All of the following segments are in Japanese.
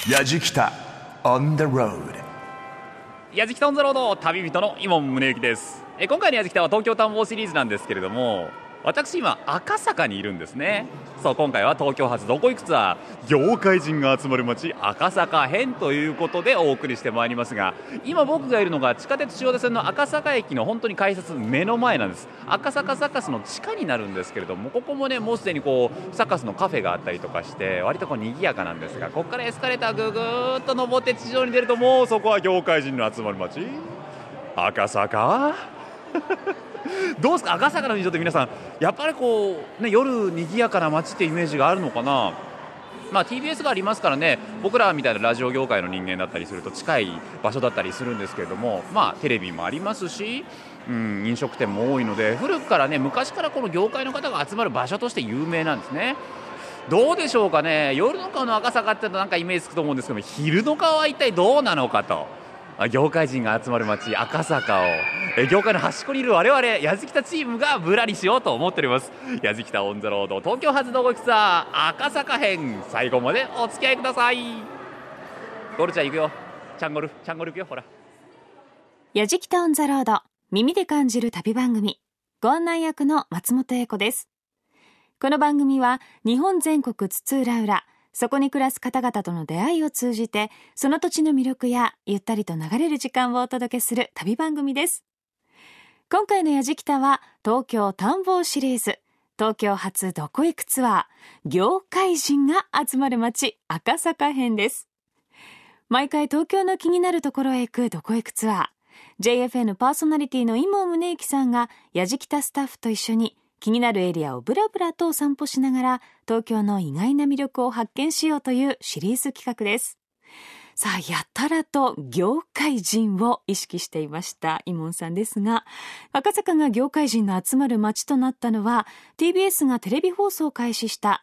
やじきた on the road。 やじきたオンザロード旅人の伊門宗行です。今回のやじきたは東京探訪シリーズなんですけれども、私今赤坂にいるんですね。そう、今回は東京発どこ行くツアー業界人が集まる街赤坂編ということでお送りしてまいりますが、今僕がいるのが地下鉄千代田線の赤坂駅の本当に改札目の前なんです。赤坂サカスの地下になるんですけれども、ここもねもうすでにこうサカスのカフェがあったりとかして割とこう賑やかなんですが、ここからエスカレーターぐぐーっと登って地上に出ると、もうそこは業界人の集まる街赤坂どうですか、赤坂の印象って皆さんやっぱりこう、ね、夜賑やかな街ってイメージがあるのかな。TBS がありますからね、僕らみたいなラジオ業界の人間だったりすると近い場所だったりするんですけれども、テレビもありますし、飲食店も多いので、古くからね、昔からこの業界の方が集まる場所として有名なんですね。どうでしょうかね、夜の顔の赤坂ってなんかイメージつくと思うんですけども、昼の顔は一体どうなのかと。業界人が集まる街赤坂を業界の端っこにいる我々やじきたチームがぶらりしようと思っております。やじきたオンザロード東京発どこ行くツアー赤坂編、最後までお付き合いください。ゴルちゃん行くよ、チャンゴル行くよ。ほら、 やじきたオンザロード、耳で感じる旅番組、ご案内役の松本英子です。この番組は日本全国津々浦々、そこに暮らす方々との出会いを通じて、その土地の魅力やゆったりと流れる時間をお届けする旅番組です。今回のやじきたは東京探訪シリーズ、東京発どこ行くツアー業界人が集まる街赤坂編です。毎回東京の気になるところへ行くどこ行くツアー、 JFN パーソナリティの伊門宗行さんがやじきたスタッフと一緒に気になるエリアをブラブラと散歩しながら東京の意外な魅力を発見しようというシリーズ企画です。さあ、やたらと業界人を意識していました伊門さんですが、赤坂が業界人の集まる街となったのは TBS がテレビ放送を開始した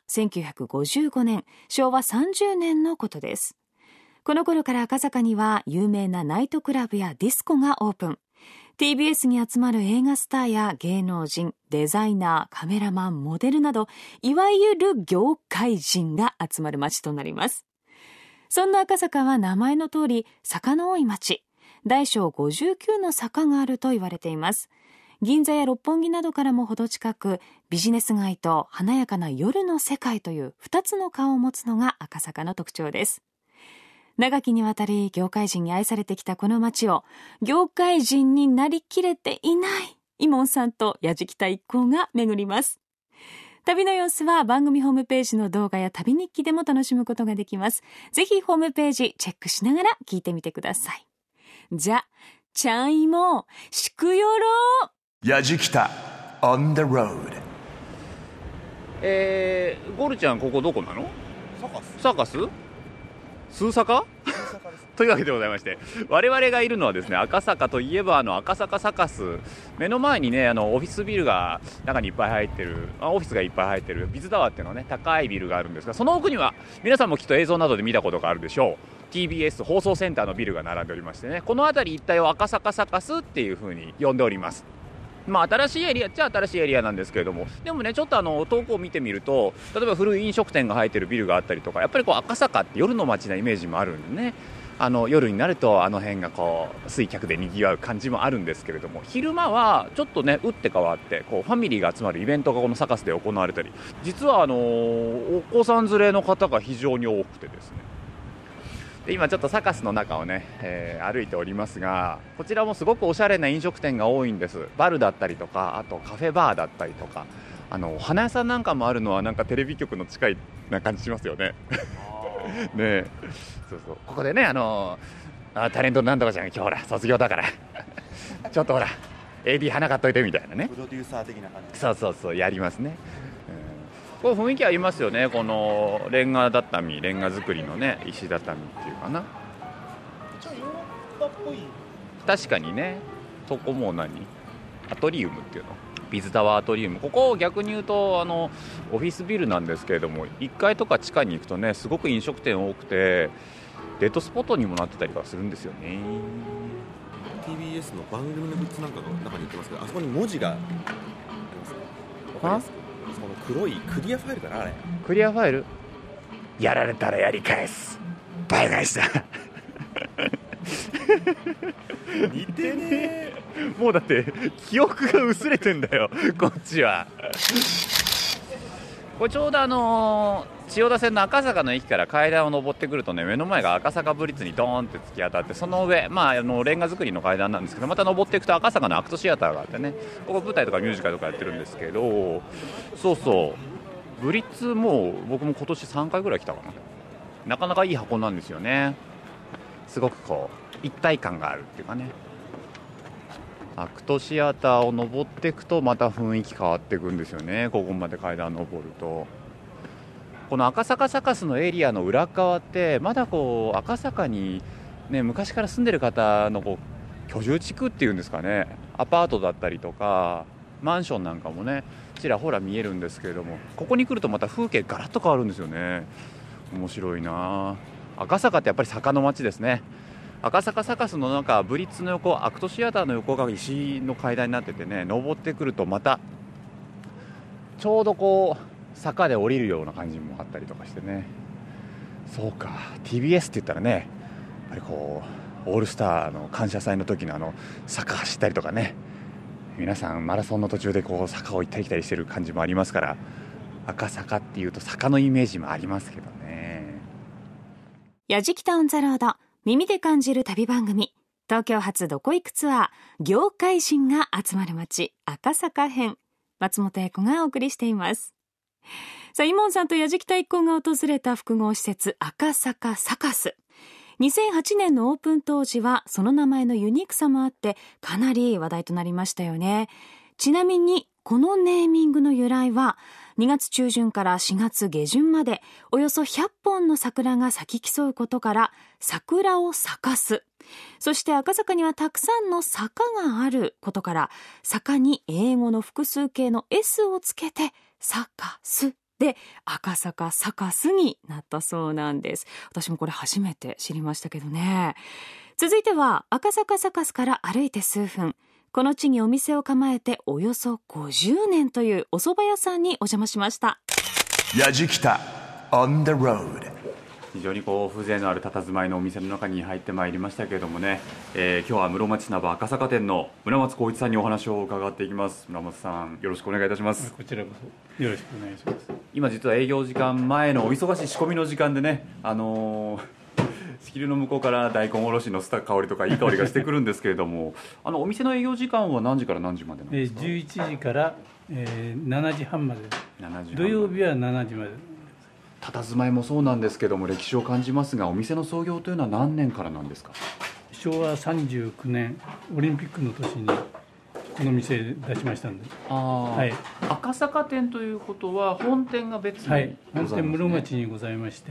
1955年昭和30年のことです。この頃から赤坂には有名なナイトクラブやディスコがオープン。TBS に集まる映画スターや芸能人、デザイナー、カメラマン、モデルなど、いわゆる業界人が集まる街となります。そんな赤坂は名前の通り坂の多い街、大小59の坂があると言われています。銀座や六本木などからも程近く、ビジネス街と華やかな夜の世界という2つの顔を持つのが赤坂の特徴です。長きにわたり業界人に愛されてきたこの街を、業界人になりきれていない伊門さんとやじきた一行が巡ります。旅の様子は番組ホームページの動画や旅日記でも楽しむことができます。ぜひホームページチェックしながら聞いてみてください。じゃ、ちゃんいもしくよろやじきた on the road。 ゴルちゃんここどこなの？サカススーサカというわけでございまして、我々がいるのはですね、赤坂といえば赤坂サカス、目の前にねオフィスビルが中にいっぱい入ってる、オフィスがいっぱい入ってるビズタワーっていうのね、高いビルがあるんですが、その奥には皆さんもきっと映像などで見たことがあるでしょう、 TBS 放送センターのビルが並んでおりましてね、この辺り一帯を赤坂サカスっていう風に呼んでおります。新しいエリアっちゃ新しいエリアなんですけれども、でもねちょっと遠くを見てみると、例えば古い飲食店が入ってるビルがあったりとか、やっぱりこう赤坂って夜の街なイメージもあるんでね、夜になると辺がこう水客で賑わう感じもあるんですけれども、昼間はちょっとね打って変わってこうファミリーが集まるイベントがこのサカスで行われたり、実はお子さん連れの方が非常に多くてですね、で今ちょっとサカスの中をね、歩いておりますが、こちらもすごくおしゃれな飲食店が多いんです。バルだったりとか、あとカフェバーだったりとか、お花屋さんなんかもあるのはなんかテレビ局の近いな感じしますよねねえ、そうそう、ここでねタレントなんとかじゃん今日ほら卒業だからちょっとほら AD 花買っといてみたいなね、 プロデューサー的な感じ。 そうやりますね。これ雰囲気ありますよね、このレンガ作りのね石畳っていうかな、 ちょっとヨーロッパっぽい。 確かにね。そこもアトリウムっていうの、ビズタワーアトリウム、ここ逆に言うとオフィスビルなんですけれども、1階とか地下に行くとねすごく飲食店多くてデートスポットにもなってたりはするんですよね。 TBS の番組のグッズなんかの中に売ってますけど、あそこに文字がありますね。わかりますか？その黒いクリアファイルかな、あれ。 クリアファイル、やられたらやり返す、 倍返しだ似てねもうだって記憶が薄れてんだよこっちは。これちょうど千代田線の赤坂の駅から階段を上ってくるとね、目の前が赤坂ブリッツにドーンって突き当たって、その上、レンガ造りの階段なんですけど、また上っていくと赤坂のアクトシアターがあってね、ここ舞台とかミュージカルとかやってるんですけど、そうそうブリッツも僕も今年3回ぐらい来たかな。なかなかいい箱なんですよね。すごくこう一体感があるっていうかね。アクトシアターを登っていくとまた雰囲気変わっていくんですよね。ここまで階段登ると、この赤坂サカスのエリアの裏側ってまだこう赤坂に、ね、昔から住んでる方のこう居住地区っていうんですかね、アパートだったりとかマンションなんかもねちらほら見えるんですけれども、ここに来るとまた風景ガラッと変わるんですよね。面白いな。赤坂ってやっぱり坂の街ですね。赤坂サカスの中、ブリッツの横、アクトシアターの横が石の階段になっててね、登ってくるとまたちょうどこう坂で降りるような感じもあったりとかしてね。そうか、 TBS って言ったらね、やっぱりこうオールスターの感謝祭の時の坂走ったりとかね、皆さんマラソンの途中でこう坂を行ったり来たりしてる感じもありますから、赤坂っていうと坂のイメージもありますけどね。 やじきたオンザロード、耳で感じる旅番組、東京発どこ行くツアー、業界人が集まる街赤坂編、松本英子がお送りしています。さあ、イモンさんとやじきた一行が訪れた複合施設赤坂サカス、2008年のオープン当時はその名前のユニークさもあってかなり話題となりましたよね。ちなみにこのネーミングの由来は、2月中旬から4月下旬までおよそ100本の桜が咲き競うことから桜を咲かす、そして赤坂にはたくさんの坂があることから坂に英語の複数形の S をつけてサカスで赤坂サカスになったそうなんです。私もこれ初めて知りましたけどね。続いては赤坂サカスから歩いて数分、この地にお店を構えておよそ50年というお蕎麦屋さんにお邪魔しました。 やじきた on the road。 非常にこう風情のある佇まいのお店の中に入ってまいりましたけれどもね、今日は室町砂場赤坂店の村松光一さんにお話を伺っていきます。村松さん、よろしくお願いいたします。 こちらこそよろしくお願いします。 今実は営業時間前のお忙しい仕込みの時間でね、仕切りの向こうから大根おろしのした香りとかいい香りがしてくるんですけれどもお店の営業時間は何時から何時までなんですか 11時から、7時半まで、 7時半、 土曜日は7時まで。 佇まいもそうなんですけども歴史を感じますが、お店の創業というのは何年からなんですか？ 昭和39年オリンピックの年にこの店出しましたんで。はい、 赤坂店ということは本店が別に、 はい、本店室町にございまして、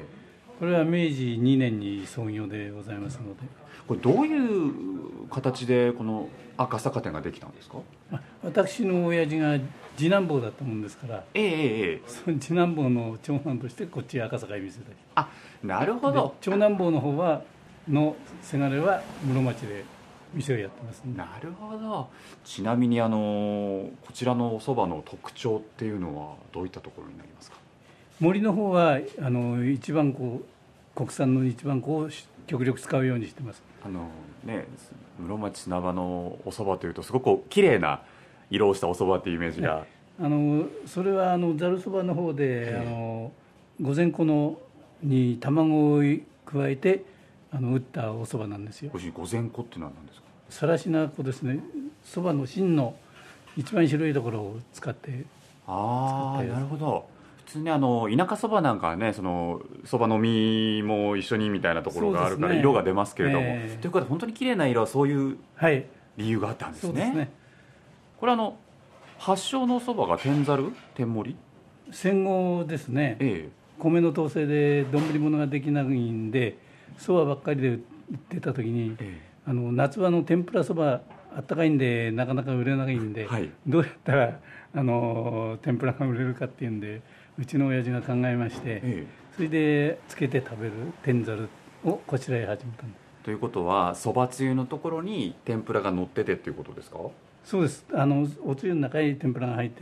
これは明治2年に創業でございますので。 これどういう形でこの赤坂店ができたんですか？ 私の親父が次男坊だったもんですから、その次男坊の長男としてこっち赤坂へ店で。 なるほど。 長男坊の方のせがれは室町で店をやってます、ね。 なるほど。ちなみにこちらのお蕎麦の特徴っていうのはどういったところになりますか？ 森の方は一番国産の一番極力使うようにしてます。 室町砂場のお蕎麦というとすごく綺麗な色をしたお蕎麦っていうイメージが、 それはざるそばの方で御前粉に卵を加えて打ったお蕎麦なんですよ。 御前粉っていうのは何ですか？ さらしな粉ですね。蕎麦の芯の一番白いところを使って。 なるほど。普通に田舎そばなんかはね、そのそばの実も一緒にみたいなところがあるから色が出ますけれども、ということで本当に綺麗な色はそういう理由があったんですね。そうですね。これ発祥のそばが天ざる天盛り戦後ですね、米の統制で丼物ができないんでそばばっかりで売ってた時に、夏場の天ぷらそばあったかいんでなかなか売れないんで、どうやったら天ぷらが売れるかっていうんでうちの親父が考えまして、それでつけて食べる天ざるをこちらへ始めたんです。 ということはそばつゆのところに天ぷらが乗っててっていうことですか？ そうです。おつゆの中に天ぷらが入ってて、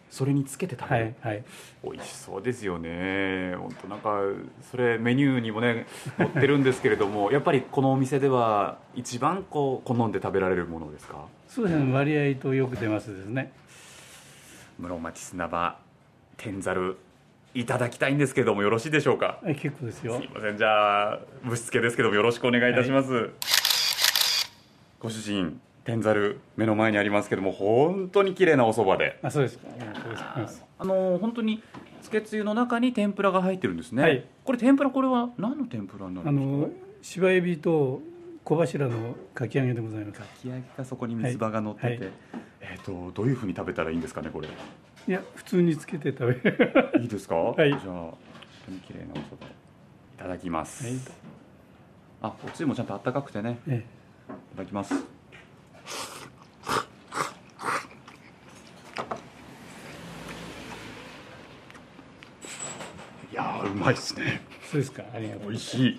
それにつけて食べる、 はいはい、 美味しそうですよね。本当なんかそれメニューにもね載ってるんですけれどもやっぱりこのお店では一番好んで食べられるものですか？ そうですね、割合とよく出ますですね。 室町砂場天ざるいただきたいんですけれどもよろしいでしょうか？ 結構ですよ。 すいません、じゃあぶしつけですけどもよろしくお願いいたします、ご主人天ざる目の前にありますけども本当に綺麗なお蕎麦で、 そうですか、ありがとうございます。 本当につけつゆの中に天ぷらが入ってるんですね、はい、これ天ぷら、これは何の天ぷらになるんですか？ 柴エビと小柱のかき揚げでございます。 かき揚げがそこに三つ葉が乗ってて、はいはい、どういうふうに食べたらいいんですかねこれ？ いや普通につけて食べるいいですか？ はい、 じゃあ本当に綺麗なお蕎麦いただきます、はい、おつゆもちゃんとあったかくてね、いただきます。いやうまいですね。 そうですか、ありがとうございます。 美味しい。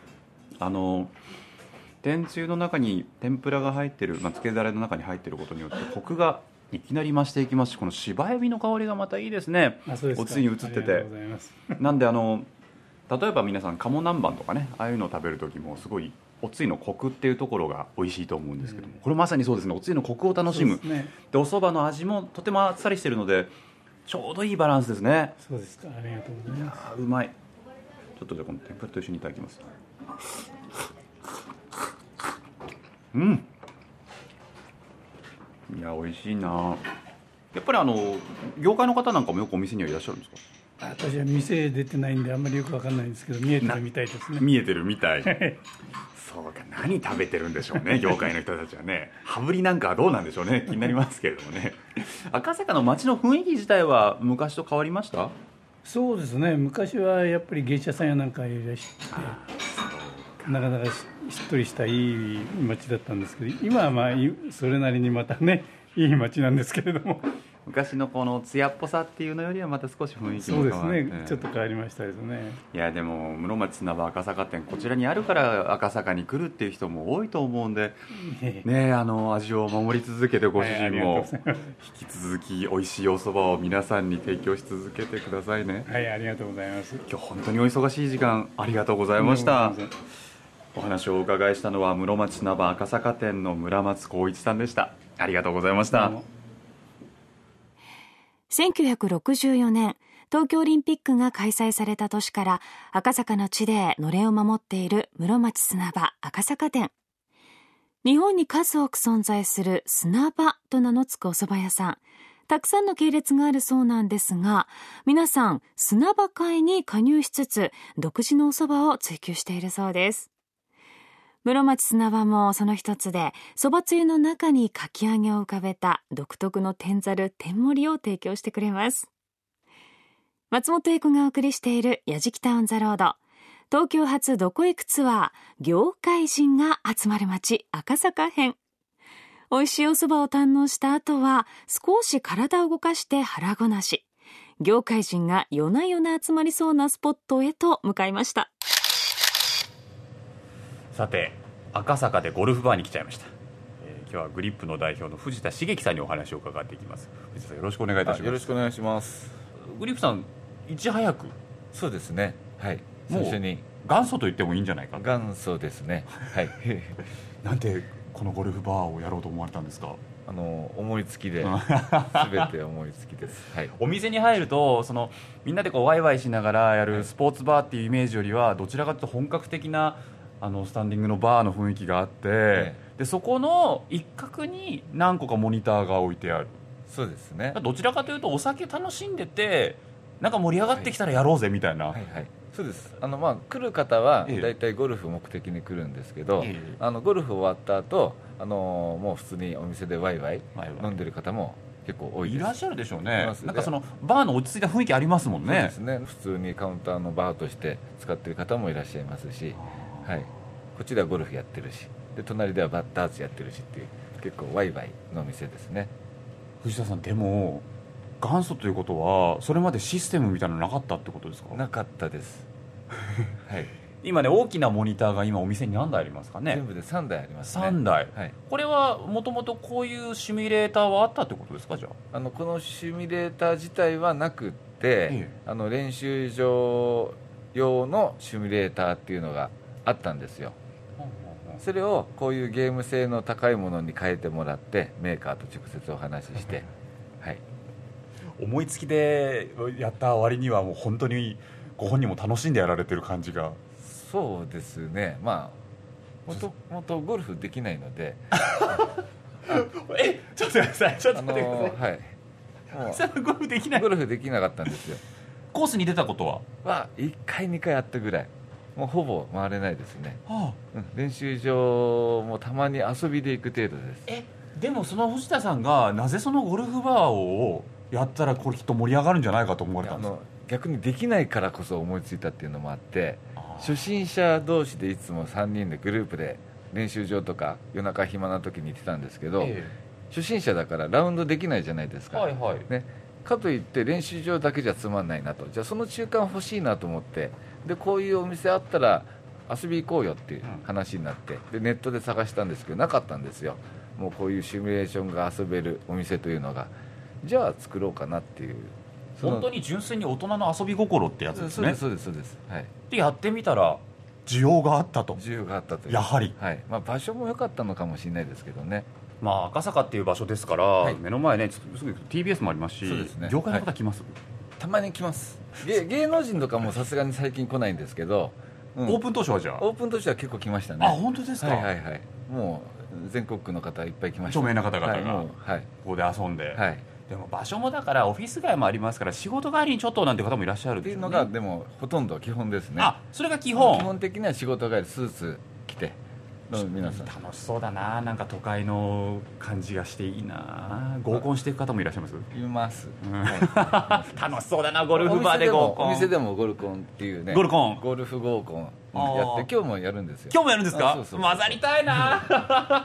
天つゆの中に天ぷらが入ってる、つけだれの中に入ってることによってコクがいきなり増していきますし、この柴エビの香りがまたいいですね。おつゆに移ってて、なんで例えば皆さん鴨南蛮とかね、ああいうのを食べる時もすごいおつゆのコクっていうところが美味しいと思うんですけども、これまさにそうですね。おつゆのコクを楽しむ でお蕎麦の味もとてもあっさりしてるのでちょうどいいバランスですね。 そうですか、ありがとうございます。 うまい。ちょっとじゃあこの天ぷらと一緒にいただきます。いや美味しいな。やっぱり業界の方なんかもよくお店にはいらっしゃるんですか？ 私は店出てないんであんまりよく分かんないんですけど、見えてるみたいですね。 見えてるみたいそうか、何食べてるんでしょうね業界の人たちはね。羽振りなんかはどうなんでしょうね、気になりますけれどもね赤坂の街の雰囲気自体は昔と変わりました？ そうですね、昔はやっぱり芸者さんやなんかいらしてなかなかしっとりしたいい街だったんですけど、今はそれなりにまたねいい街なんですけれども、 昔のこの艶っぽさっていうのよりはまた少し雰囲気もそう変わって。 ですね、ちょっと変わりましたですね。 いやでも室町砂場赤坂店こちらにあるから赤坂に来るっていう人も多いと思うんでね、味を守り続けてご主人も引き続き美味しいお蕎麦を皆さんに提供し続けてくださいね。 はい、ありがとうございます。 今日本当にお忙しい時間ありがとうございました。お話をお伺いしたのは室町砂場赤坂店の村松光一さんでした。ありがとうございました。 1964年東京オリンピックが開催された年から赤坂の地でのれんを守っている室町砂場赤坂店。日本に数多く存在する砂場と名の付くお蕎麦屋さん、たくさんの系列があるそうなんですが、皆さん砂場会に加入しつつ独自のお蕎麦を追求しているそうです。室町砂場もその一つで、蕎麦つゆの中にかき揚げを浮かべた独特の天ざる天盛りを提供してくれます。松本英子がお送りしているやじきたオンザロード、東京発どこ行くツアー、業界人が集まる街赤坂編。美味しいお蕎麦を堪能した後は少し体を動かして腹ごなし、業界人が夜な夜な集まりそうなスポットへと向かいました。 さて赤坂でゴルフバーに来ちゃいました。今日はグリップの代表の藤田茂樹さんにお話を伺っていきます。藤田さんよろしくお願いいたします。 よろしくお願いします。 グリップさんいち早く。 そうですね、はい、 最初に元祖と言ってもいいんじゃないか。 元祖ですね、はいなんでこのゴルフバーをやろうと思われたんですか？ 思いつきで全て思いつきです、はい、 お店に入るとみんなでワイワイしながらやるスポーツバーっていうイメージよりはどちらかというと本格的なスタンディングのバーの雰囲気があって、でそこの一角に何個かモニターが置いてある。 そうですね、 どちらかというとお酒楽しんでてなんか盛り上がってきたらやろうぜみたいな、 はいはい、そうです。来る方はだいたいゴルフ目的に来るんですけど、ゴルフ終わった後もう普通にお店でワイワイ飲んでる方も結構多いです。 いらっしゃるでしょうね。なんかバーの落ち着いた雰囲気ありますもんね。 そうですね、普通にカウンターのバーとして使ってる方もいらっしゃいますし、はい、こっちではゴルフやってるし、で隣ではバッターズやってるしっていう結構ワイワイのお店ですね。 藤田さん、でも元祖ということはそれまでシステムみたいなのなかったってことですか？ なかったですはい。 今ね大きなモニターが今お店に何台ありますかね。 全部で3台ありますね。 3台、 はい、 これはもともとこういうシミュレーターはあったってことですか。じゃあこのシミュレーター自体はなくって、練習場用のシミュレーターっていうのがあったんですよ。それをこういうゲーム性の高いものに変えてもらってメーカーと直接お話しして、はい、 思いつきでやった割にはもう本当にご本人も楽しんでやられてる感じが。 そうですね。まあもとゴルフできないのでちょっと待ってください。ちょっと待ってください。 はいゴルフできない。 ゴルフできなかったんですよ。 コースに出たことは 1回2回あったぐらい。もうほぼ回れないですね、練習場もたまに遊びで行く程度です。 でもその藤田さんがなぜそのゴルフバーをやったらこれきっと盛り上がるんじゃないかと思われたんですか。 逆にできないからこそ思いついたっていうのもあって、初心者同士でいつも3人でグループで練習場とか夜中暇な時に行ってたんですけど、初心者だからラウンドできないじゃないですか、ね、かといって練習場だけじゃつまんないなと、じゃあその中間欲しいなと思って、でこういうお店あったら遊び行こうよっていう話になって、でネットで探したんですけどなかったんですよ。もうこういうシミュレーションが遊べるお店というのが、じゃあ作ろうかなっていう、 本当に純粋に大人の遊び心ってやつですね。 そうですそうです、はい、 でやってみたら需要があったと。 需要があったという、 やはり、 はい、場所も良かったのかもしれないですけどね。 赤坂っていう場所ですから、目の前ねすぐ TBS もありますし、 そうですね、 業界の方来ます、 たまに来ます。芸能人とかもさすがに最近来ないんですけど、 オープン当初はじゃあオープン当初は結構来ましたね。 本当ですか。 はいはいはい、もう全国区の方いっぱい来ました。 著名な方々が、 ここで遊んで、 はい、 でも場所もだからオフィス街もありますから、仕事帰りにちょっとなんて方もいらっしゃるんですよね。 っていうのがでもほとんど基本ですね。 それが基本的には仕事帰りスーツ着て皆さん楽しそうだな。なんか都会の感じがしていいな。合コンしていく方もいらっしゃいます。 います楽しそうだな。ゴルフバーで合コン。 お店でもゴルコンっていうね、 ゴルフ合コンやって、今日もやるんですよ。 今日もやるんですか。混ざりたいな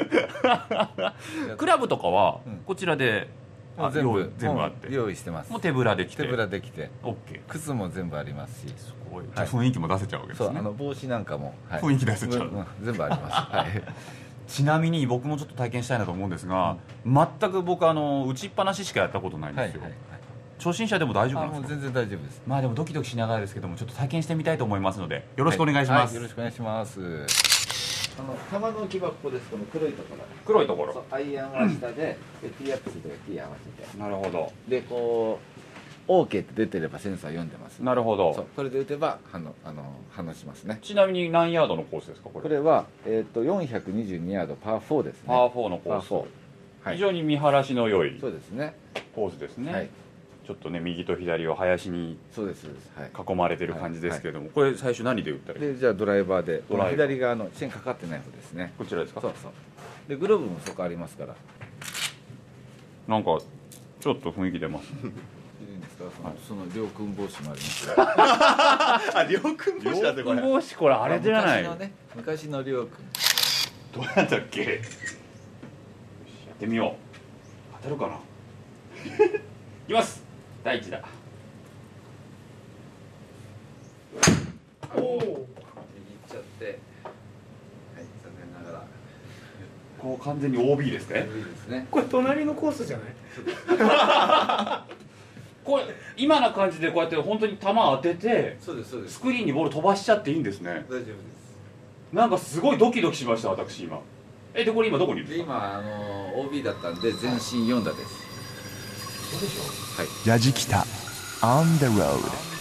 クラブとかはこちらで全部あって用意してます。 もう手ぶらで来て、 OK、靴も全部ありますし、 すごい、雰囲気も出せちゃうわけですね。 帽子なんかも、 雰囲気出せちゃう、 全部あります、はい、 ちなみに僕もちょっと体験したいなと思うんですが、全く僕打ちっぱなししかやったことないんですよ。初心者でも大丈夫なんですか。 全然大丈夫です。 でもドキドキしながらですけども、ちょっと体験してみたいと思いますのでよろしくお願いします。 よろしくお願いします。球の置き場、ここです。この黒いところ、アイアンは下で、ティーアップするときティー合わせて、 なるほど。 でこう OK って出てればセンサー読んでます。 なるほど。 これで打てば反応しますね。 ちなみに何ヤードのコースですか。 これは、422ヤードパー4ですね。 パー4のコース、非常に見晴らしの良いそうですねコースですね、 はい、 ちょっとね右と左を林に囲まれてる感じですけれども、これ最初何で打ったらいいですか。 じゃあドライバーで、左側の線かかってない方ですね。 こちらですか。 そうでグローブもそこありますから、 なんかちょっと雰囲気出ますいいんですか。その両君帽子もありますよ両君帽子だってこれ。両君帽子、これあれじゃない。 昔の両君どうやったっけ。よしやってみよう。当たるかな。いきます。第一打。 おお、握っちゃって、はい、残念ながらこう完全に OB ですね。 OB ですね。 これ隣のコースじゃない。 これ今な感じでこうやって本当に球当てて、 そうですスクリーンにボール飛ばしちゃっていいんですね。 大丈夫です。 なんかすごいドキドキしました私今。でこれ今どこにいるんですか。 今OB だったんで全身4打です。 そうでしょ。 はい。 やじきた On the road。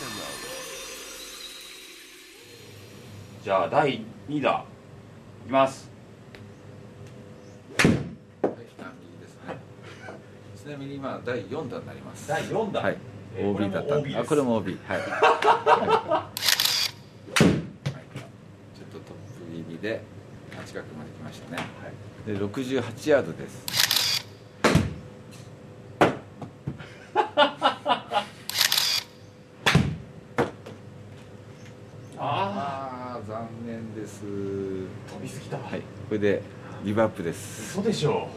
じゃあ第2打いきます。 はい、右ですね。ちなみに今第4打になります。 第4打。 はい。OB だったんで。これも OB。はい。ちょっとトップ気味で近くまで来ましたね。で68ヤードです。残念です。 飛びすぎた。 はい。これでギブアップです。 嘘でしょ。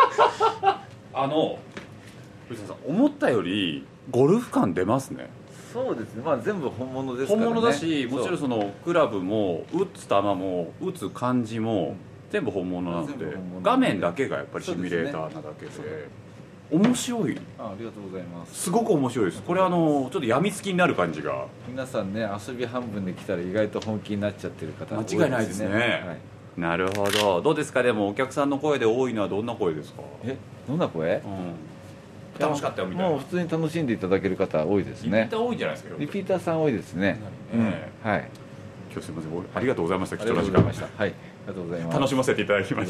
藤田さん思ったよりゴルフ感出ますね。 そうですね、まあ、全部本物ですからね。 本物だし、もちろんそのクラブも打つ球も打つ感じも全部本物なので、画面だけがやっぱりシミュレーターなだけで面白い。 ありがとうございます。 すごく面白いです。これちょっと病みつきになる感じが。 皆さんね、遊び半分で来たら意外と本気になっちゃってる方多いですね。 間違いないですね、はい、なるほど。どうですか？でもお客さんの声で多いのはどんな声ですか？ どんな声？ 楽しかったよみたいな。 もう普通に楽しんでいただける方多いですね。 リピーター多いんじゃないですか？ リピーターさん多いですね。はい。 今日すみません、ありがとうございました。貴重な時間。 はい、ありがとうございます。 楽しませていただきました。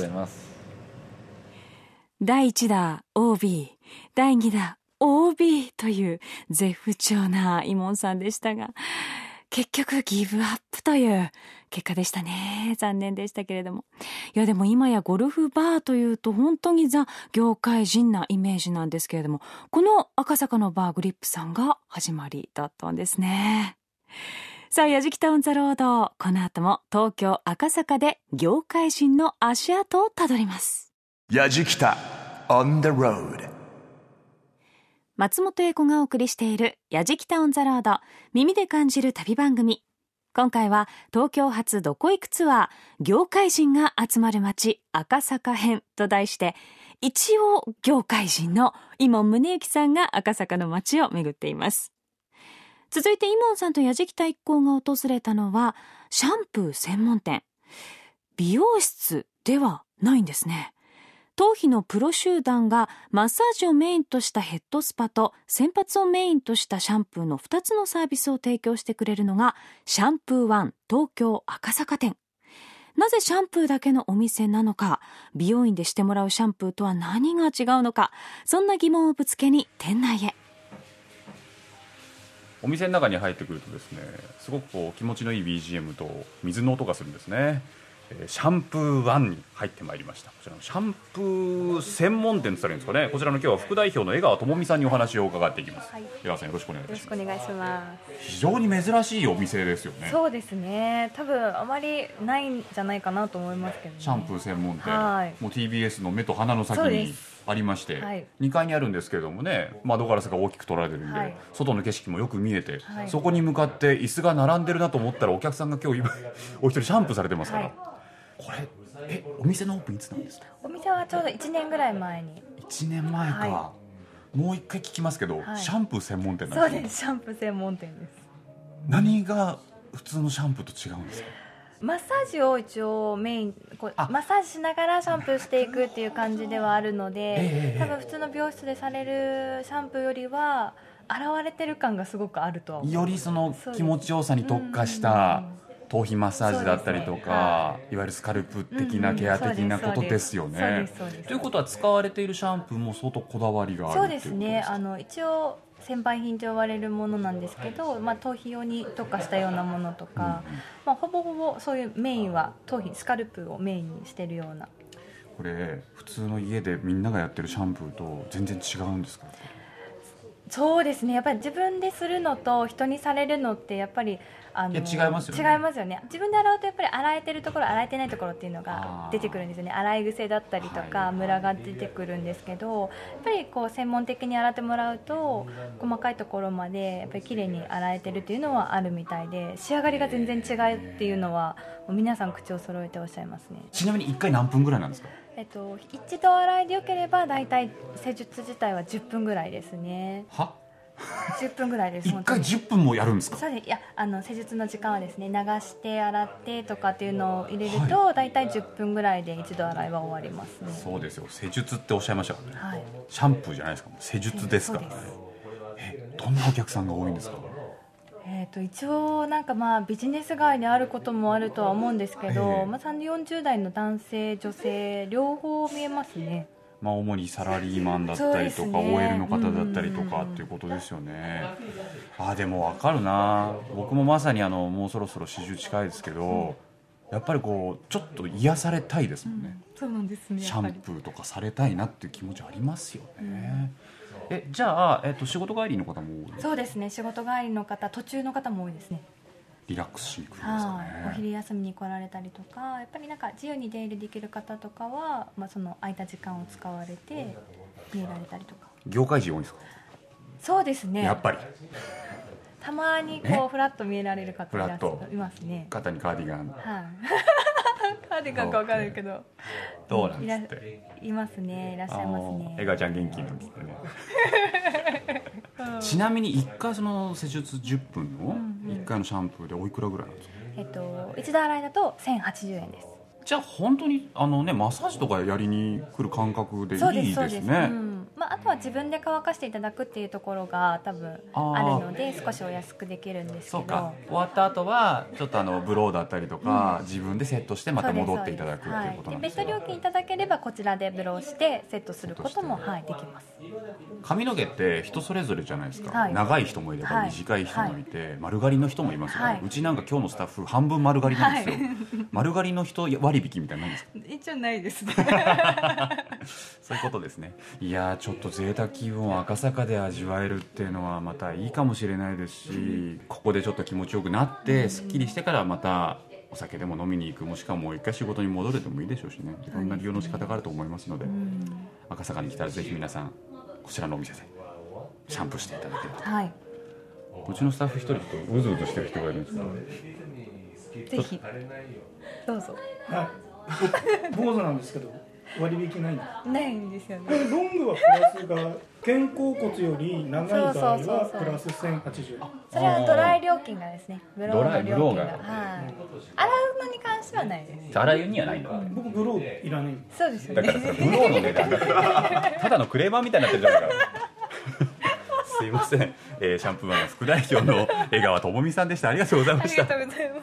第1打 OB、第2打 OB という絶不調なイモンさんでしたが、結局ギブアップという結果でしたね。残念でしたけれども。いやでも今やゴルフバーというと本当にザ業界人なイメージなんですけれども、この赤坂のバーグリップさんが始まりだったんですね。さあ、やじきたオンザロード、この後も東京赤坂で業界人の足跡をたどります。 やじきた on the road。 松本英子がお送りしているやじきたオンザロード、耳で感じる旅番組。今回は東京発どこ行くツアー、業界人が集まる街赤坂編と題して、一応業界人のイモン宗行さんが赤坂の街を巡っています。続いてイモンさんとやじきた一行が訪れたのはシャンプー専門店。美容室ではないんですね。頭皮のプロ集団がマッサージをメインとしたヘッドスパと洗髪をメインとしたシャンプーの2つのサービスを提供してくれるのがシャンプーワン東京赤坂店。なぜシャンプーだけのお店なのか、美容院でしてもらうシャンプーとは何が違うのか、そんな疑問をぶつけに店内へ。 お店の中に入ってくるとですね、すごく気持ちのいい BGM と水の音がするんですね。シャンプーワンに入ってまいりました。こちらのシャンプー専門店とされるんですかね。こちらの今日は副代表の江川智美さんにお話を伺っていきます。江川さん、よろしくお願いします。 よろしくお願いします。 非常に珍しいお店ですよね。 そうですね、多分あまりないんじゃないかなと思いますけどね。 シャンプー専門店、もう TBS の目と鼻の先にありまして、2階にあるんですけれどもね、窓ガラスが大きく取られてるんで、外の景色もよく見えて、そこに向かって椅子が並んでるなと思ったら、お客さんが今日お一人シャンプーされてますから、これお店のオープンいつなんですか？ お店はちょうど1年ぐらい前に。 1年前か、もう一回聞きますけど、シャンプー専門店なんですか？ そうです、シャンプー専門店です。 何が普通のシャンプーと違うんですか？ マッサージを一応メイン、マッサージしながらシャンプーしていくっていう感じではあるので、多分普通の美容室でされるシャンプーよりは洗われてる感がすごくあるとは思う。 よりその気持ちよさに特化した頭皮マッサージだったりとか、いわゆるスカルプ的なケア的なことですよね。ということは、使われているシャンプーも相当こだわりがある。 そうですね、一応先輩品と呼ばれるものなんですけど、頭皮用に特化したようなものとか、ほぼほぼそういうメインは頭皮スカルプをメインにしているような。 これ普通の家でみんながやってるシャンプーと全然違うんですか？ そうですね、やっぱり自分でするのと人にされるのってやっぱり違いますよね。 違いますよね。自分で洗うとやっぱり洗えてるところ洗えてないところっていうのが出てくるんですよね。洗い癖だったりとかムラが出てくるんですけど、やっぱり専門的に洗ってもらうと細かいところまでやっぱり綺麗に洗えてるっていうのはあるみたいで、仕上がりが全然違うっていうのはもう皆さん口を揃えておっしゃいますね。 ちなみに1回何分ぐらいなんですか？ 一度洗いでよければだいたい施術自体は10分ぐらいですね。 は 10分ぐらいです。 1回10分もやるんですか？ そうです。いや、施術の時間はですね、流して洗ってとかっていうのを入れると、だいたい10分ぐらいで一度洗いは終わりますね。 そうですよ、施術っておっしゃいましたからね、シャンプーじゃないですか、施術ですからね。どんなお客さんが多いんですか？ 一応なんかビジネス街であることもあるとは思うんですけど、30、40代の男性女性両方見えますね。 主にサラリーマンだったりとか、OL の方だったりとかっていうことですよね。でも分かるな。僕もまさにもうそろそろ40近いですけど、やっぱりちょっと癒されたいですもんね。 そうなんですね。 シャンプーとかされたいなっていう気持ちありますよね。じゃあ、仕事帰りの方も多い？ そうですね、仕事帰りの方、途中の方も多いですね。 リラックスしに来るんですかね。 お昼休みに来られたりとか、やっぱりなんか自由に出入りできる方とかは、その空いた時間を使われて見えられたりとか。 業界人多いですか？ そうですね、 やっぱりたまにこうフラッと見えられる方いますね。 肩にカーディガン、 はいカーディガンか分かんないけどどうなんですっていますね、いらっしゃいますね。 エガちゃん元気なんですってねちなみに1回その施術10分の1回のシャンプーでおいくらぐらいなんですか？ 一度洗いだと1080円です。 じゃあ本当にマッサージとかやりに来る感覚でいいですね。 あとは自分で乾かしていただくっていうところが多分あるので少しお安くできるんですけど、 そうか、終わった後はちょっとブローだったりとか、自分でセットしてまた戻っていただくっていうことなんですよ。 別途料金いただければこちらでブローしてセットすることも、できます。 髪の毛って人それぞれじゃないですか、長い人もいれば短い人もいて、丸刈りの人もいますよね、うちなんか今日のスタッフ半分丸刈りなんですよ、丸刈りの人割引みたいなのないんですか？ 一応ないですねそういうことですね。いやちょっと贅沢気分を赤坂で味わえるっていうのはまたいいかもしれないですし、ここでちょっと気持ちよくなってすっきりしてからまたお酒でも飲みに行く、もしくはもう一回仕事に戻れてもいいでしょうしね、いろんな利用の仕方があると思いますので、赤坂に来たらぜひ皆さんこちらのお店でシャンプーしていただければと、うちのスタッフ一人とうずうずしてる人がいるんですけど、 ぜひどうぞ。 坊主なんですけど割引ないんです。 ないんですよね。 ロングはプラスが肩甲骨より長い場合はプラス1080円。 それはドライ料金がですね、ブローの料金が、 ブローが、 洗うのに関してはないです。 洗いにはないの？ 僕ブローいらないんです。 そうですよね。 だからそれブローの値段がただのクレーマーみたいになってるじゃないかすいません、シャンプーマンの副代表の江川智美さんでした。ありがとうございました。 ありがとうございます。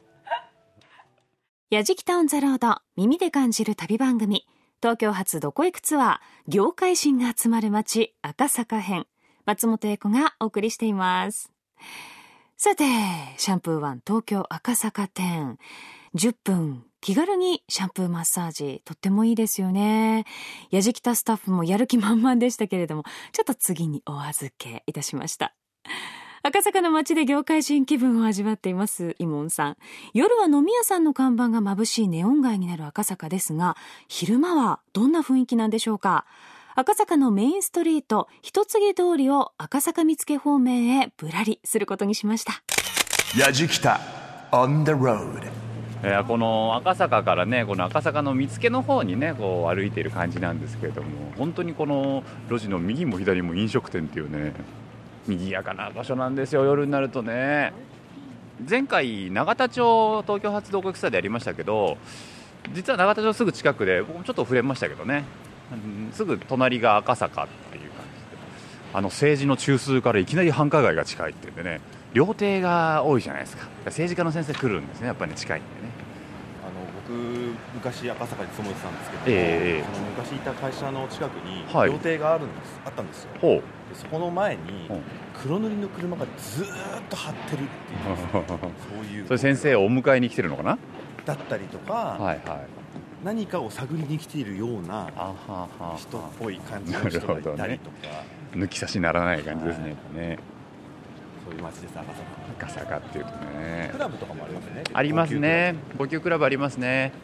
やじきたオンザロード、耳で感じる旅番組、東京発どこ行くツアー、業界人が集まる街赤坂編、松本英子がお送りしています。さて、シャンプーワン東京赤坂店、10分気軽にシャンプーマッサージ、とってもいいですよね。やじきたスタッフもやる気満々でしたけれども、ちょっと次にお預けいたしました。赤坂の街で業界人気分を味わっていますイモンさん。夜は飲み屋さんの看板が眩しいネオン街になる赤坂ですが、昼間はどんな雰囲気なんでしょうか。赤坂のメインストリート一ツ通りを赤坂見附方面へぶらりすることにしました。 やじきた on the road。 この赤坂からね、この赤坂の見附の方にねこう歩いている感じなんですけれども、本当にこの路地の右も左も飲食店っていうね、賑やかな場所なんですよ、夜になるとね。前回永田町東京発どこ行くツアーでやりましたけど、実は永田町すぐ近くで僕もちょっと触れましたけどね、すぐ隣が赤坂っていう感じで、政治の中枢からいきなり繁華街が近いっていうんでね、料亭が多いじゃないですか。政治家の先生来るんですね、やっぱりね、近いんでね。 僕昔赤坂に勤めてたんですけど、その昔いた会社の近くに料亭があったんですよ。でそこの前に黒塗りの車がずーっと張ってるっていうそういうそれ先生をお迎えに来てるのかなだったりとか、何かを探りに来ているような人っぽい感じの人がいたりとか、 抜き差しならない感じですね。 そういう街です。 赤坂っていうとね、 クラブとかもありますね。 ありますね、高級クラブありますね。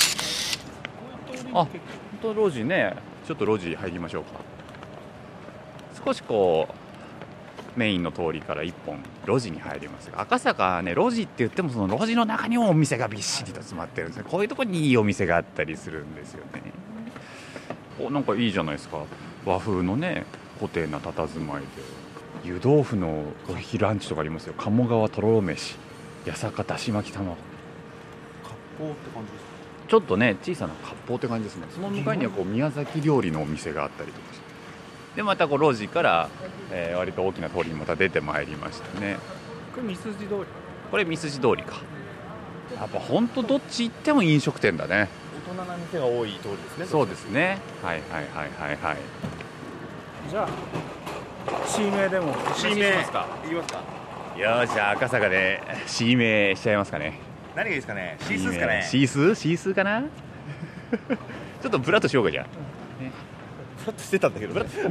本当路地ね、ちょっと路地入りましょうか。少しこうメインの通りから一本路地に入りますが、赤坂ね、路地って言ってもその路地の中にもお店がびっしりと詰まってるんですね。こういうところにいいお店があったりするんですよね。なんかいいじゃないですか、和風のね固定な佇まいで、湯豆腐のおひランチとかありますよ。鴨川とろろ飯、八坂だし巻き卵、 割烹って感じですか。 ちょっとね小さな割烹って感じですね。その向かいにはこう宮崎料理のお店があったりとかして、でまたこう路地から、割と大きな通りにまた出てまいりましたね。 これ三筋通り。 これ三筋通りか。やっぱ本当どっち行っても飲食店だね。 大人な店が多い通りですね。 そうですね。はい。 じゃあ C 名でも C 名いきますか。 よし、じゃあ赤坂で C 名しちゃいますかね。 何がいいですかね。シースーですかね。 シースーかなちょっとブラッとしようか。じゃあブラッとしてたんだけど、どっち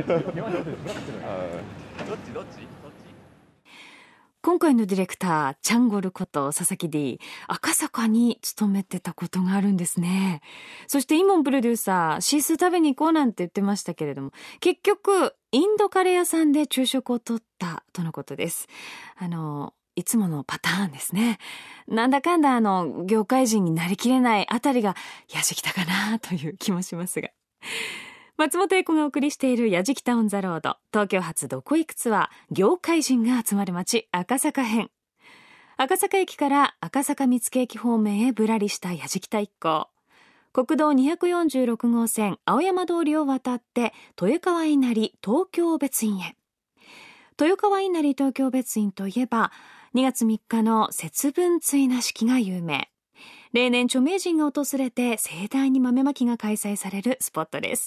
今回のディレクターチャンゴルこと佐々木 D、 赤坂に勤めてたことがあるんですね。そしてイモンプロデューサー、シースー食べに行こうなんて言ってましたけれども、結局インドカレー屋さんで昼食をとったとのことです。いつものパターンですね。なんだかんだ業界人になりきれないあたりがやじきたかなという気もしますが。松本英子がお送りしているやじきたオンザロード、東京発どこいくつは業界人が集まる街赤坂編。赤坂駅から赤坂見附駅方面へぶらりしたやじきた一行。国道246号線青山通りを渡って豊川稲荷東京別院へ。豊川稲荷東京別院といえば2月3日の節分追儺式が有名。例年著名人が訪れて盛大に豆まきが開催されるスポットです。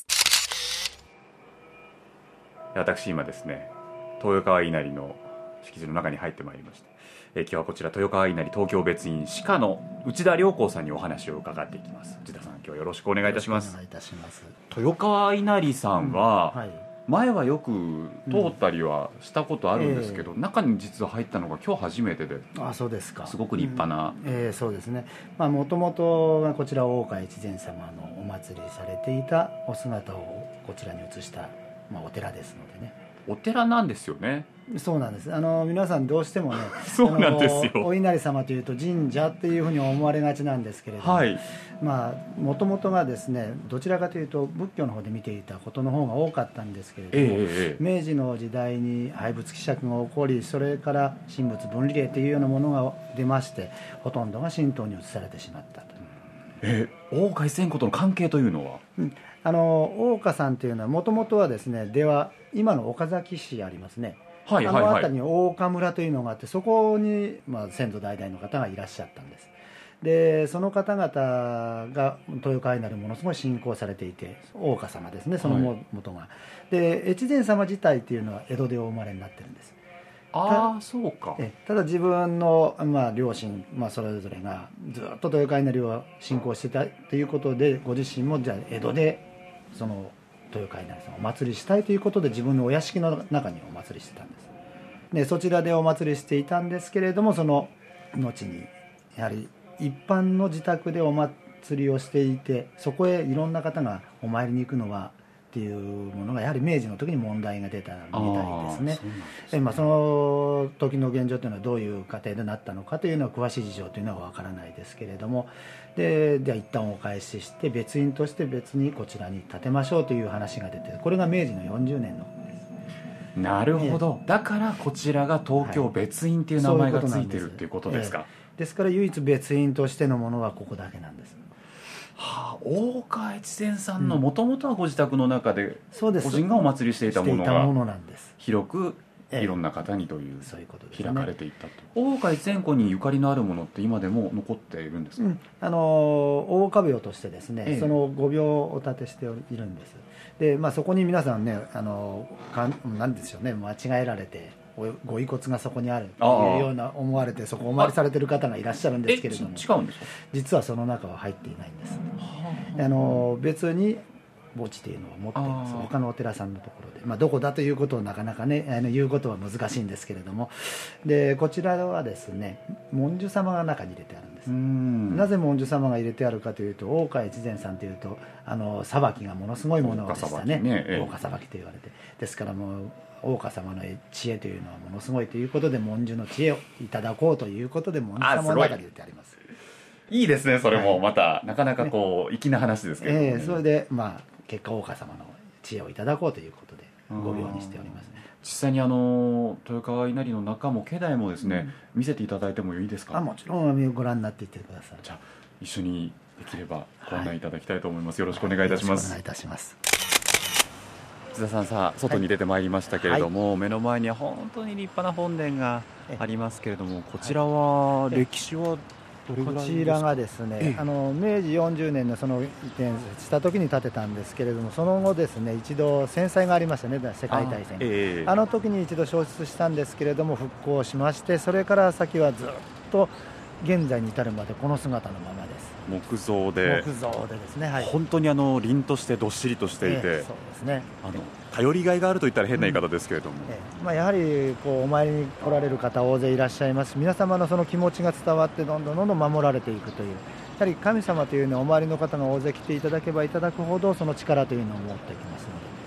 私今ですね、豊川稲荷の敷地の中に入ってまいりました。今日はこちら豊川稲荷東京別院歯科の内田良光さんにお話を伺っていきます。内田さん、今日はよろしくお願いいたします。 お願いいたします。 豊川稲荷さんは、前はよく通ったりはしたことあるんですけど、中に実は入ったのが今日初めてで。 そうですか。 すごく立派な、 そうですね。もともとはこちら大岡越前様のお祭りされていたお姿をこちらに移した、お寺ですのでね。 お寺なんですよね。 そうなんです。皆さんどうしてもねそうなんですよ。 お稲荷様というと神社っていうふうに思われがちなんですけれども、もともとがですね、どちらかというと仏教の方で見ていたことの方が多かったんですけれども、明治の時代に廃仏毀釈が起こり、それから神仏分離令というようなものが出まして、ほとんどが神道に移されてしまったと。 大岡越前公との関係というのは、 大岡さんというのはもともとはですね、では今の岡崎市ありますね、あの辺りに大岡村というのがあって、そこに、先祖代々の方がいらっしゃったんです。でその方々が豊川稲荷ものすごい信仰されていて、大岡様ですね、その元が、で越前様自体というのは江戸でお生まれになってるんです。 そうか。 ただ自分の、両親、それぞれがずっと豊川稲荷を信仰してたということで、ご自身もじゃあ江戸でその豊川稲荷さんをお祭りしたいということで、自分のお屋敷の中にお祭りしてたんです。でそちらでお祭りしていたんですけれども、その後にやはり一般の自宅でお祭りをしていて、そこへいろんな方がお参りに行くのはっていうものがやはり明治の時に問題が出たみたいですね。その時の現状というのはどういう過程でなったのかというのは詳しい事情というのは分からないですけれども、でじゃあ一旦お返しして別院として別にこちらに建てましょうという話が出て、これが明治の40年のです。 なるほど。だからこちらが東京別院っていう名前がついてるっていうことですか。 ですから唯一別院としてのものはここだけなんです。 大岡越前さんのもともとはご自宅の中で個人がお祭りしていたものが広くいろんな方にという開かれていったと。大岡越前公にゆかりのあるものって今でも残っているんですか。 大岡廟としてですね、その御廟をお建てしているんです。で、そこに皆さんね、なんですよね、間違えられてご遺骨がそこにあるというような思われて、そこお参りされている方がいらっしゃるんですけれども、 違うんですか。 実はその中は入っていないんです。別に墓地というのを持っています。他のお寺さんのところで、どこだということをなかなかね言うことは難しいんですけれども、でこちらはですね、文殊様が中に入れてあるんです。なぜ文殊様が入れてあるかというと、大岡越前さんというと裁きがものすごいものでしたね。大岡裁きと言われて、ですからもう大岡様の知恵というのはものすごいということで、文殊の知恵をいただこうということで文殊様の中に入れてあります。 いいですね。それもまた、なかなか粋な話ですけどね。 それで結果大岡様の知恵をいただこうということでご廟にしております。 実際に豊川稲荷の中も境内もですね、見せていただいてもいいですか。 もちろんご覧になっていってください。 じゃあ一緒にできればご案内いただきたいと思います。よろしくお願いいたします。 お願いいたします。 津田さん、外に出てまいりましたけれども、目の前には本当に立派な本殿がありますけれども、こちらは歴史はどれぐらいですか。 こちらがですね、明治40年のその移転した時に建てたんですけれども、その後ですね、一度戦災がありましたね、世界大戦。あの時に一度消失したんですけれども、復興しまして、それから先はずっと現在に至るまでこの姿のままです。 木造でですね、 本当に凛としてどっしりとしていて、そうですね、 頼りがいがあるといったら変な言い方ですけれども、 やはりお参りに来られる方大勢いらっしゃいます。皆様のその気持ちが伝わってどんどん守られていくという、やはり神様というのはお参りの方が大勢来ていただけばいただくほどその力というのを持ってきますの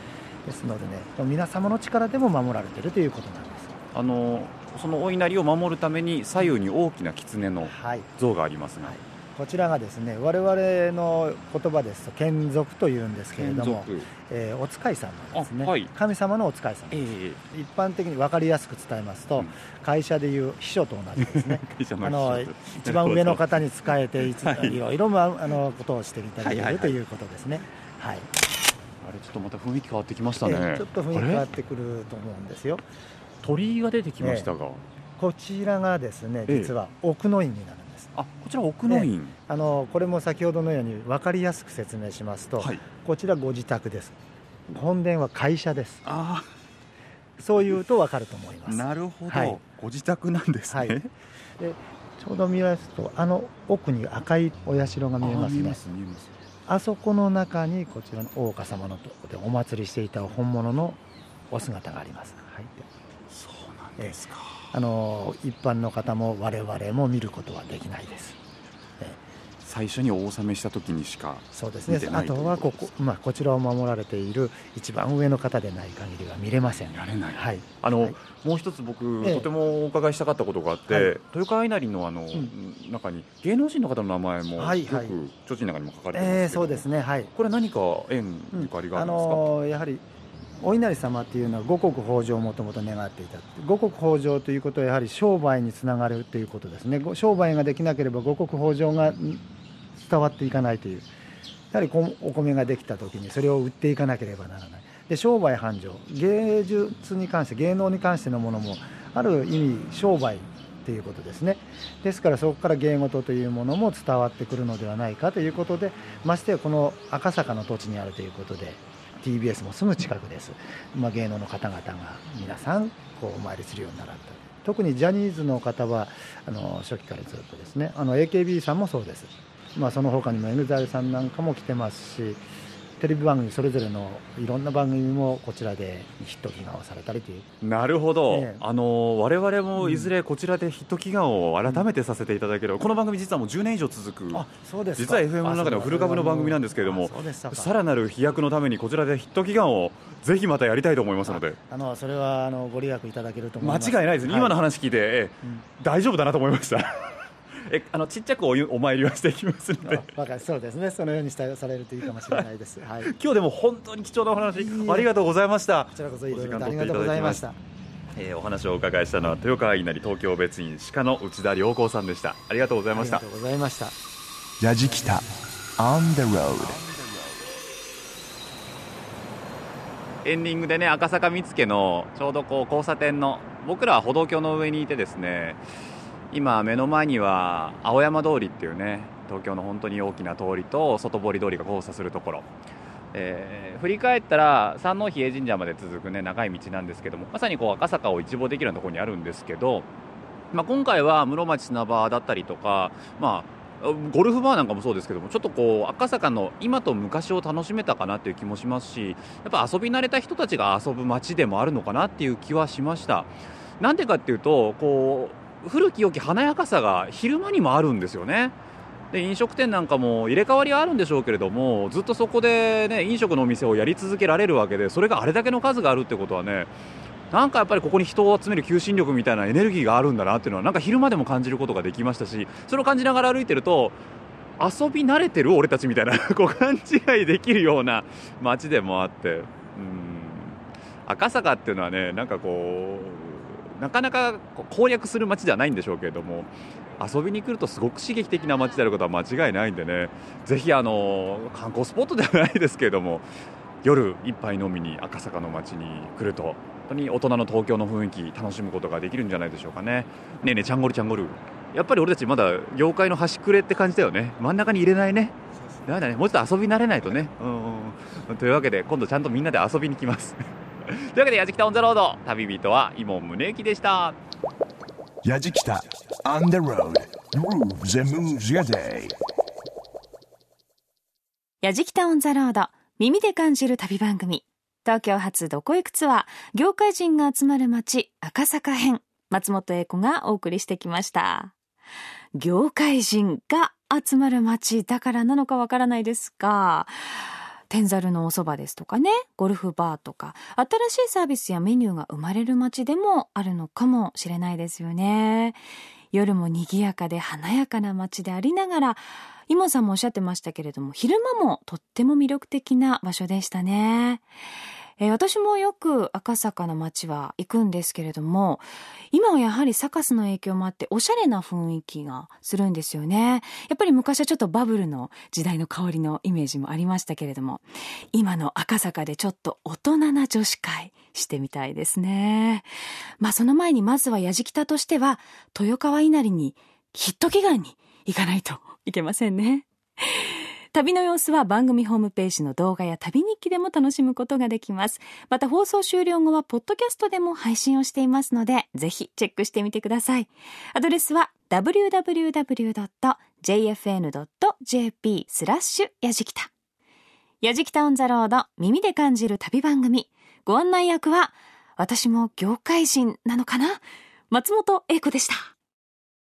ですのでね、皆様の力でも守られているということなんです。 そのお稲荷を守るために左右に大きな狐の像がありますが、 こちらがですね、我々の言葉ですと眷属というんですけれども、お使いさんなんですね、神様のお使いさんです、一般的に分かりやすく伝えますと、会社でいう秘書と同じですね一番上の方に仕えていろいろことをしていただいているということですね。はい、 あれちょっとまた雰囲気変わってきましたね。 ちょっと雰囲気変わってくると思うんですよ。 鳥居が出てきましたが、 こちらがですね、実は奥の院になるんです。 こちら奥の院、 これも先ほどのように分かりやすく説明しますと、こちらご自宅です。本殿は会社です。そういうと分かると思います。 なるほど、ご自宅なんですね。でちょうど見ますと、奥に赤いお社が見えますね。あそこの中にこちらの大岡様のところでお祭りしていた本物のお姿があります。 そうなんですか。 一般の方も我々も見ることはできないです。 最初にお納めした時にしかそうですね。あとはこちらを守られている一番上の方でない限りは見れません。 やれない。もう一つ僕、とてもお伺いしたかったことがあって、豊川稲荷の中に芸能人の方の名前もよく提灯の中にも書かれてますけど、 そうですね。 これ何か縁ゆかりがあるんですか？ やはりお稲荷様っていうのは五穀豊穣をもともと願っていた。五穀豊穣ということはやはり商売につながるということですね。商売ができなければ五穀豊穣が伝わっていかないという、やはりお米ができた時にそれを売っていかなければならない。で、商売繁盛、芸術に関して芸能に関してのものもある意味商売ということですね。ですからそこから芸事というものも伝わってくるのではないかということで、ましてやこの赤坂の土地にあるということで TBS もすぐ近くです。芸能の方々が皆さんお参りするようになった。特にジャニーズの方は初期からずっとですね、AKB さんもそうです。その他にも EXILE さんなんかも来てますし、テレビ番組それぞれのいろんな番組もこちらでヒット祈願をされたりという。 なるほど、我々もいずれこちらでヒット祈願を改めてさせていただける、この番組実はもう10年以上続く、実は FM の中ではフル株の番組なんですけれども、さらなる飛躍のためにこちらでヒット祈願をぜひまたやりたいと思いますので、 それはご利益いただけると思います。 間違いないですね、今の話聞いて、大丈夫だなと思いましたちっちゃくお参りはしていきますのでそうですね、そのようにされるといいかもしれないです、 今日でも本当に貴重なお話ありがとうございました。 こちらこそいろいろありがとうございました。 お話をお伺いしたのは豊川稲荷東京別院鹿の内田良光さんでした。ありがとうございました。 ありがとうございました。 やじきた On the road。 エンディングでね、赤坂見附のちょうど交差点の、僕らは歩道橋の上にいてですね、今目の前には青山通りっていうね、東京の本当に大きな通りと外堀通りが交差するところ、振り返ったら山王比叡神社まで続くね長い道なんですけども、まさに赤坂を一望できるようなところにあるんですけど、今回は室町砂場だったりとか、ゴルフバーなんかもそうですけども、ちょっと赤坂の今と昔を楽しめたかなっていう気もしますし、やっぱ遊び慣れた人たちが遊ぶ街でもあるのかなっていう気はしました。なんでかっていうと、古き良き華やかさが昼間にもあるんですよね。で、飲食店なんかも入れ替わりはあるんでしょうけれども、ずっとそこでね飲食のお店をやり続けられるわけで、それがあれだけの数があるってことはね、なんかやっぱりここに人を集める求心力みたいなエネルギーがあるんだなっていうのは、なんか昼間でも感じることができましたし、それを感じながら歩いてると、遊び慣れてる俺たちみたいな勘違いできるような街でもあって、赤坂っていうのはね、なんかなかなか攻略する街ではないんでしょうけれども、遊びに来るとすごく刺激的な街であることは間違いないんでね、ぜひ観光スポットではないですけれども、夜一杯飲みに赤坂の街に来ると、本当に大人の東京の雰囲気楽しむことができるんじゃないでしょうかね。ねえねえ、チャンゴルチャンゴル、やっぱり俺たちまだ業界の端くれって感じだよね。真ん中に入れないね。だね、もうちょっと遊び慣れないとね。というわけで今度ちゃんとみんなで遊びに来ますというわけで、やじきたオンザロード、旅人は伊門宗行でした。 やじきた On the road Grooves and moves your day。 やじきたオンザロード、耳で感じる旅番組、東京発どこ行くツアー、業界人が集まる街赤坂編、松本英子がお送りしてきました。業界人が集まる街だからなのかわからないですが、 天ざるのお蕎麦ですとかね、ゴルフバーとか、新しいサービスやメニューが生まれる街でもあるのかもしれないですよね。夜も賑やかで華やかな街でありながら、イモさんもおっしゃってましたけれども、昼間もとっても魅力的な場所でしたね。私もよく赤坂の街は行くんですけれども、今はやはりサカスの影響もあっておしゃれな雰囲気がするんですよね。やっぱり昔はちょっとバブルの時代の香りのイメージもありましたけれども、今の赤坂でちょっと大人な女子会してみたいですね。まあその前にまずはやじきたとしては豊川稲荷にヒット祈願に行かないといけませんね。旅の様子は番組ホームページの動画や旅日記でも楽しむことができます。また放送終了後はポッドキャストでも配信をしていますので、ぜひチェックしてみてください。アドレスは www.jfn.jp/やじきた。やじきたオンザロード、耳で感じる旅番組。ご案内役は、私も業界人なのかな？松本英子でした。